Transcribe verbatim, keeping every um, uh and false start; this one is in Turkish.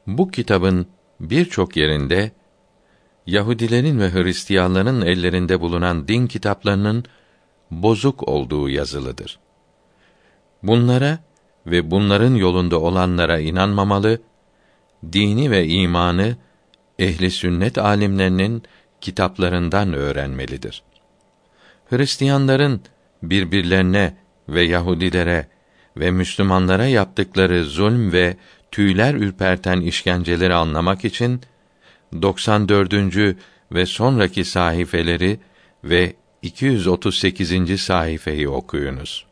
Bu kitabın birçok yerinde Yahudilerin ve Hristiyanların ellerinde bulunan din kitaplarının bozuk olduğu yazılıdır. Bunlara ve bunların yolunda olanlara inanmamalı, dini ve imanı ehli sünnet alimlerinin kitaplarından öğrenmelidir. Hristiyanların birbirlerine ve Yahudilere ve Müslümanlara yaptıkları zulm ve tüyler ürperten işkenceleri anlamak için doksan dördüncü ve sonraki sahifeleri ve iki yüz otuz sekizinci sayfayı okuyunuz.